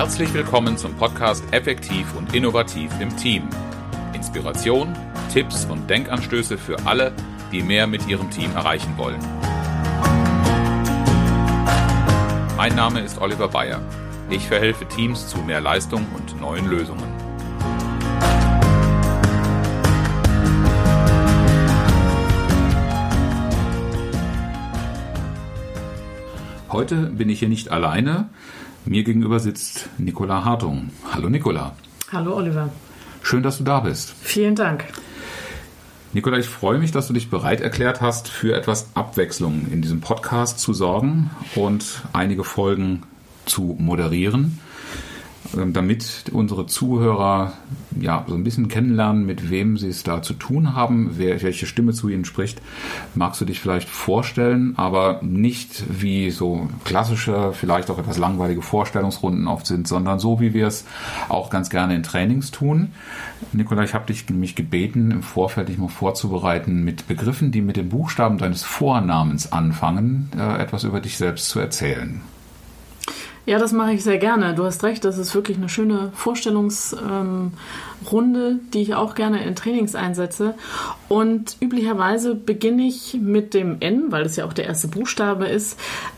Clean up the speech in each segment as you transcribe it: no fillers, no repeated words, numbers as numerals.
Herzlich willkommen zum Podcast Effektiv und Innovativ im Team. Inspiration, Tipps und Denkanstöße für alle, die mehr mit ihrem Team erreichen wollen. Mein Name ist Oliver Bayer. Ich verhelfe Teams zu mehr Leistung und neuen Lösungen. Heute bin ich hier nicht alleine. Mir gegenüber sitzt Nicola Hartung. Hallo Nicola. Hallo Oliver. Schön, dass du da bist. Vielen Dank. Nicola, ich freue mich, dass du dich bereit erklärt hast, für etwas Abwechslung in diesem Podcast zu sorgen und einige Folgen zu moderieren, damit unsere Zuhörer so ein bisschen kennenlernen, mit wem sie es da zu tun haben, welche Stimme zu ihnen spricht. Magst du dich vielleicht vorstellen, aber nicht wie so klassische, vielleicht auch etwas langweilige Vorstellungsrunden oft sind, sondern so, wie wir es auch ganz gerne in Trainings tun. Nicola, ich habe dich nämlich gebeten, im Vorfeld dich mal vorzubereiten, mit Begriffen, die mit dem Buchstaben deines Vornamens anfangen, etwas über dich selbst zu erzählen. Ja, das mache ich sehr gerne. Du hast recht, das ist wirklich eine schöne Vorstellungsrunde, die ich auch gerne in Trainings einsetze. Und üblicherweise beginne ich mit dem N, weil das ja auch der erste Buchstabe ist,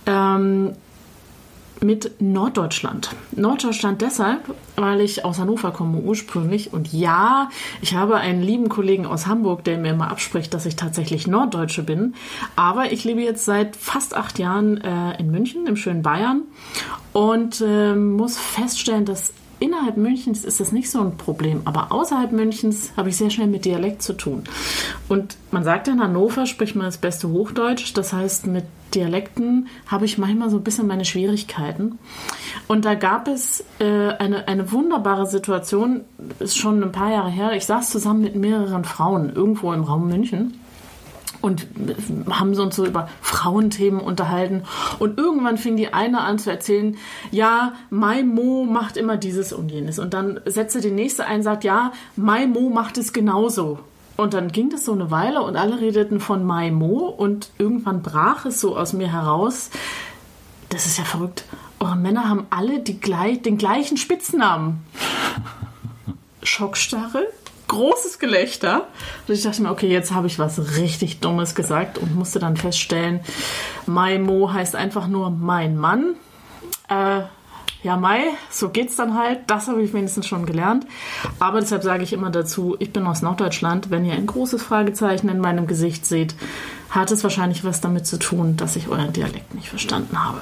mit Norddeutschland. Norddeutschland deshalb, weil ich aus Hannover komme ursprünglich. Und ja, ich habe einen lieben Kollegen aus Hamburg, der mir immer abspricht, dass ich tatsächlich Norddeutsche bin. Aber ich lebe jetzt seit fast 8 Jahren in München, im schönen Bayern. Und muss feststellen, dass innerhalb Münchens ist das nicht so ein Problem, aber außerhalb Münchens habe ich sehr schnell mit Dialekt zu tun. Und man sagt ja, in Hannover spricht man das beste Hochdeutsch, das heißt, mit Dialekten habe ich manchmal so ein bisschen meine Schwierigkeiten. Und da gab es eine wunderbare Situation, ist schon ein paar Jahre her, ich saß zusammen mit mehreren Frauen irgendwo im Raum München. Und haben uns so über Frauenthemen unterhalten. Und irgendwann fing die eine an zu erzählen, ja, Mai Mo macht immer dieses und jenes. Und dann setzte die nächste ein und sagt, ja, Mai Mo macht es genauso. Und dann ging das so eine Weile und alle redeten von Mai Mo. Und irgendwann brach es so aus mir heraus, das ist ja verrückt, eure Männer haben alle den gleichen Spitznamen. Schockstarre. Großes Gelächter. Und ich dachte mir, okay, jetzt habe ich was richtig Dummes gesagt und musste dann feststellen, Mai Mo heißt einfach nur mein Mann. Ja, Mai, so geht's dann halt. Das habe ich wenigstens schon gelernt. Aber deshalb sage ich immer dazu, ich bin aus Norddeutschland. Wenn ihr ein großes Fragezeichen in meinem Gesicht seht, hat es wahrscheinlich was damit zu tun, dass ich euren Dialekt nicht verstanden habe.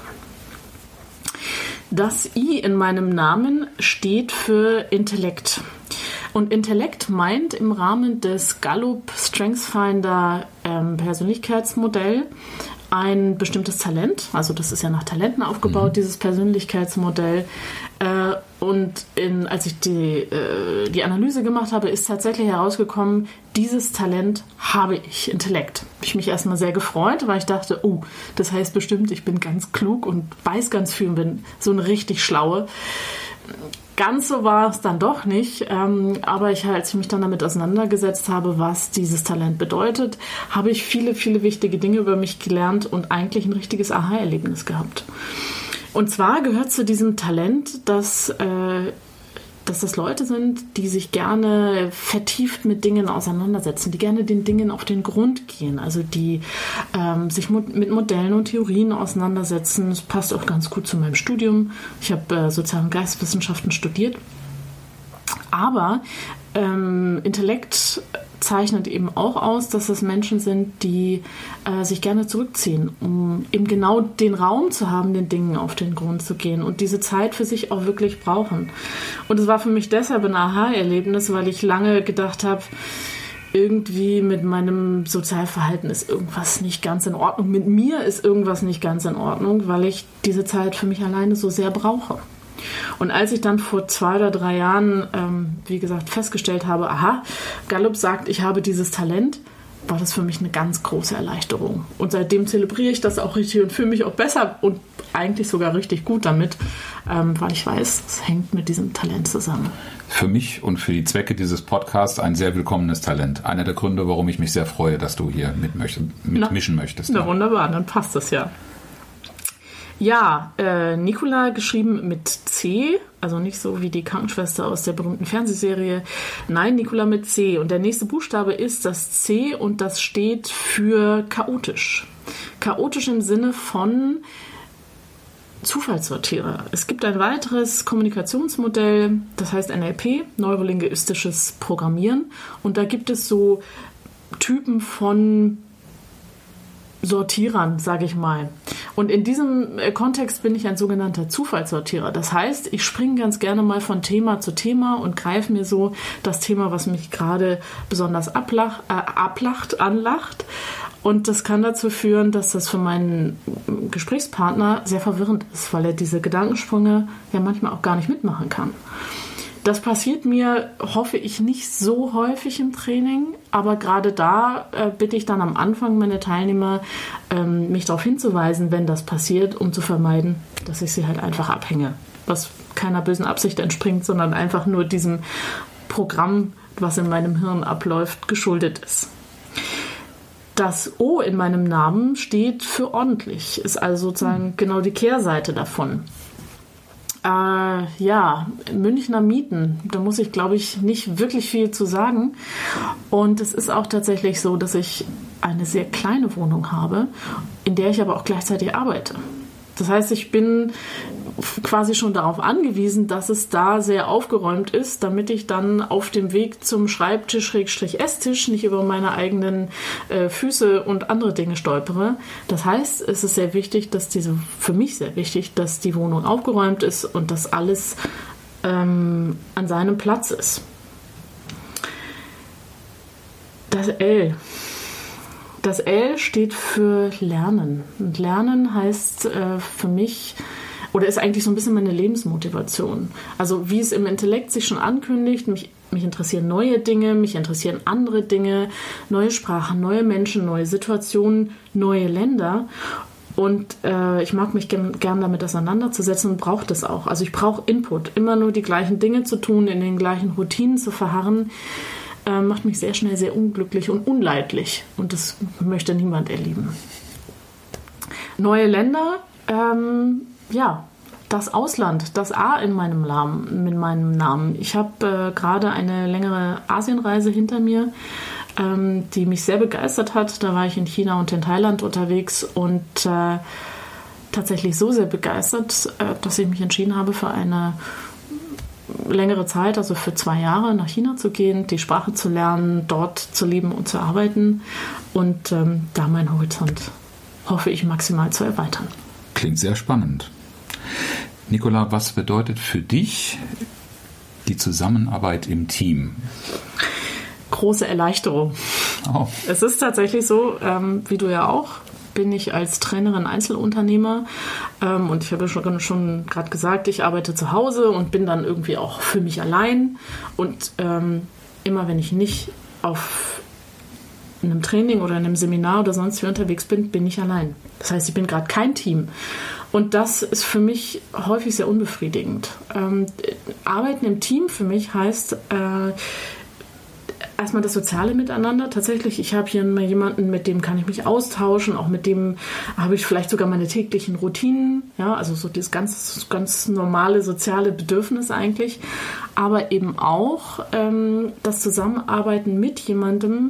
Das I in meinem Namen steht für Intellekt. Und Intellekt meint im Rahmen des Gallup StrengthsFinder Persönlichkeitsmodell ein bestimmtes Talent. Also das ist ja nach Talenten aufgebaut, dieses Persönlichkeitsmodell. Und als ich die Analyse gemacht habe, ist tatsächlich herausgekommen, dieses Talent habe ich, Intellekt. Habe ich mich erstmal sehr gefreut, weil ich dachte, oh, das heißt bestimmt, ich bin ganz klug und weiß ganz viel und bin so eine richtig Schlaue. Ganz so war es dann doch nicht, aber als ich mich dann damit auseinandergesetzt habe, was dieses Talent bedeutet, habe ich viele, viele wichtige Dinge über mich gelernt und eigentlich ein richtiges Aha-Erlebnis gehabt. Und zwar gehört zu diesem Talent, dass das Leute sind, die sich gerne vertieft mit Dingen auseinandersetzen, die gerne den Dingen auf den Grund gehen, also die sich mit Modellen und Theorien auseinandersetzen. Das passt auch ganz gut zu meinem Studium. Ich habe Sozial- und Geisteswissenschaften studiert. Aber Intellekt zeichnet eben auch aus, dass es Menschen sind, die sich gerne zurückziehen, um eben genau den Raum zu haben, den Dingen auf den Grund zu gehen und diese Zeit für sich auch wirklich brauchen. Und es war für mich deshalb ein Aha-Erlebnis, weil ich lange gedacht habe, irgendwie mit meinem Sozialverhalten ist irgendwas nicht ganz in Ordnung. Mit mir ist irgendwas nicht ganz in Ordnung, weil ich diese Zeit für mich alleine so sehr brauche. Und als ich dann vor 2 oder 3 Jahren, wie gesagt, festgestellt habe, aha, Gallup sagt, ich habe dieses Talent, war das für mich eine ganz große Erleichterung. Und seitdem zelebriere ich das auch richtig und fühle mich auch besser und eigentlich sogar richtig gut damit, weil ich weiß, es hängt mit diesem Talent zusammen. Für mich und für die Zwecke dieses Podcasts ein sehr willkommenes Talent. Einer der Gründe, warum ich mich sehr freue, dass du hier mitmischen möchtest. Na wunderbar, dann passt das ja. Ja, Nicola geschrieben mit C, also nicht so wie die Krankenschwester aus der berühmten Fernsehserie. Nein, Nicola mit C. Und der nächste Buchstabe ist das C und das steht für chaotisch. Chaotisch im Sinne von Zufallssortierer. Es gibt ein weiteres Kommunikationsmodell, das heißt NLP, neurolinguistisches Programmieren. Und da gibt es so Typen von Sortierern, sage ich mal. Und in diesem Kontext bin ich ein sogenannter Zufallssortierer. Das heißt, ich springe ganz gerne mal von Thema zu Thema und greife mir so das Thema, was mich gerade besonders anlacht. Und das kann dazu führen, dass das für meinen Gesprächspartner sehr verwirrend ist, weil er diese Gedankensprünge ja manchmal auch gar nicht mitmachen kann. Das passiert mir, hoffe ich, nicht so häufig im Training, aber gerade da bitte ich dann am Anfang meine Teilnehmer, mich darauf hinzuweisen, wenn das passiert, um zu vermeiden, dass ich sie halt einfach abhänge, was keiner bösen Absicht entspringt, sondern einfach nur diesem Programm, was in meinem Hirn abläuft, geschuldet ist. Das O in meinem Namen steht für ordentlich, ist also sozusagen genau die Kehrseite davon. Münchner Mieten, da muss ich, glaube ich, nicht wirklich viel zu sagen. Und es ist auch tatsächlich so, dass ich eine sehr kleine Wohnung habe, in der ich aber auch gleichzeitig arbeite. Das heißt, ich bin quasi schon darauf angewiesen, dass es da sehr aufgeräumt ist, damit ich dann auf dem Weg zum Schreibtisch/Esstisch nicht über meine eigenen Füße und andere Dinge stolpere. Das heißt, es ist sehr wichtig, für mich sehr wichtig, dass die Wohnung aufgeräumt ist und dass alles an seinem Platz ist. Das L. Das L steht für Lernen. Und Lernen heißt für mich, oder ist eigentlich so ein bisschen meine Lebensmotivation. Also wie es im Intellekt sich schon ankündigt, mich interessieren neue Dinge, mich interessieren andere Dinge, neue Sprachen, neue Menschen, neue Situationen, neue Länder. Und ich mag mich gern damit auseinanderzusetzen und brauche das auch. Also ich brauche Input. Immer nur die gleichen Dinge zu tun, in den gleichen Routinen zu verharren, macht mich sehr schnell sehr unglücklich und unleidlich. Und das möchte niemand erleben. Neue Länder, das Ausland, das A in meinem Namen. Ich habe gerade eine längere Asienreise hinter mir, die mich sehr begeistert hat. Da war ich in China und in Thailand unterwegs und tatsächlich so sehr begeistert, dass ich mich entschieden habe, für eine längere Zeit, also für 2 Jahre nach China zu gehen, die Sprache zu lernen, dort zu leben und zu arbeiten und da meinen Horizont, hoffe ich, maximal zu erweitern. Klingt sehr spannend. Nicola, was bedeutet für dich die Zusammenarbeit im Team? Große Erleichterung. Oh. Es ist tatsächlich so, wie du ja auch, bin ich als Trainerin Einzelunternehmer und ich habe schon gerade gesagt, ich arbeite zu Hause und bin dann irgendwie auch für mich allein und immer wenn ich nicht auf einem Training oder einem Seminar oder sonst wie unterwegs bin ich allein. Das heißt, ich bin gerade kein Team. Und das ist für mich häufig sehr unbefriedigend. Arbeiten im Team für mich heißt erstmal das soziale Miteinander. Tatsächlich, ich habe hier mal jemanden, mit dem kann ich mich austauschen, auch mit dem habe ich vielleicht sogar meine täglichen Routinen, ja, also so dieses ganz normale soziale Bedürfnis eigentlich, aber eben auch das Zusammenarbeiten mit jemandem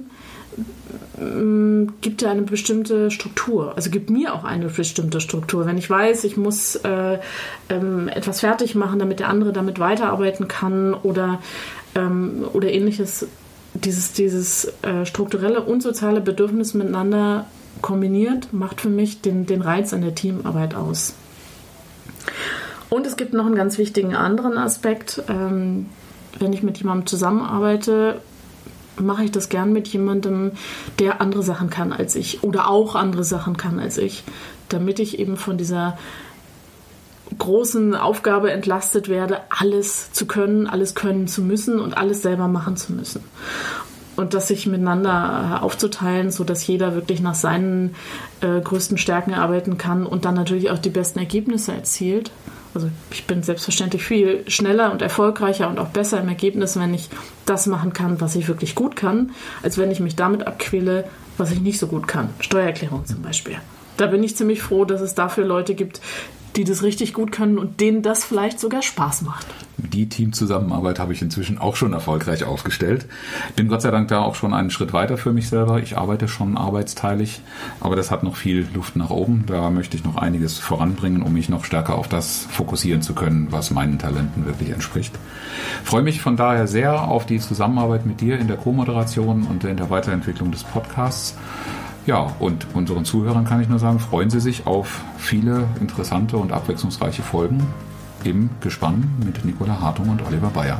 gibt ja eine bestimmte Struktur, also gibt mir auch eine bestimmte Struktur. Wenn ich weiß, ich muss etwas fertig machen, damit der andere damit weiterarbeiten kann oder ähnliches, dieses strukturelle und soziale Bedürfnis miteinander kombiniert, macht für mich den Reiz an der Teamarbeit aus. Und es gibt noch einen ganz wichtigen anderen Aspekt. Wenn ich mit jemandem zusammenarbeite, mache ich das gern mit jemandem, der andere Sachen kann als ich oder auch andere Sachen kann als ich, damit ich eben von dieser großen Aufgabe entlastet werde, alles zu können, alles können zu müssen und alles selber machen zu müssen. Und das sich miteinander aufzuteilen, sodass jeder wirklich nach seinen größten Stärken arbeiten kann und dann natürlich auch die besten Ergebnisse erzielt. Also ich bin selbstverständlich viel schneller und erfolgreicher und auch besser im Ergebnis, wenn ich das machen kann, was ich wirklich gut kann, als wenn ich mich damit abquäle, was ich nicht so gut kann. Steuererklärung zum Beispiel. Da bin ich ziemlich froh, dass es dafür Leute gibt, die das richtig gut können und denen das vielleicht sogar Spaß macht. Die Teamzusammenarbeit habe ich inzwischen auch schon erfolgreich aufgestellt. Bin Gott sei Dank da auch schon einen Schritt weiter für mich selber. Ich arbeite schon arbeitsteilig, aber das hat noch viel Luft nach oben. Da möchte ich noch einiges voranbringen, um mich noch stärker auf das fokussieren zu können, was meinen Talenten wirklich entspricht. Freue mich von daher sehr auf die Zusammenarbeit mit dir in der Co-Moderation und in der Weiterentwicklung des Podcasts. Ja, und unseren Zuhörern kann ich nur sagen, freuen Sie sich auf viele interessante und abwechslungsreiche Folgen im Gespann mit Nicola Hartung und Oliver Bayer.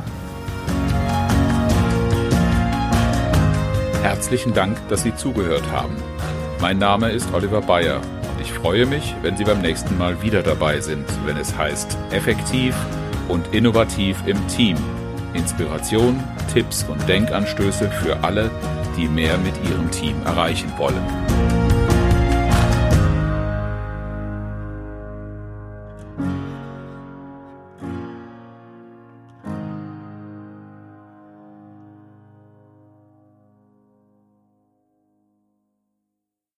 Herzlichen Dank, dass Sie zugehört haben. Mein Name ist Oliver Bayer und ich freue mich, wenn Sie beim nächsten Mal wieder dabei sind, wenn es heißt effektiv und innovativ im Team. Inspiration, Tipps und Denkanstöße für alle, die mehr mit ihrem Team erreichen wollen.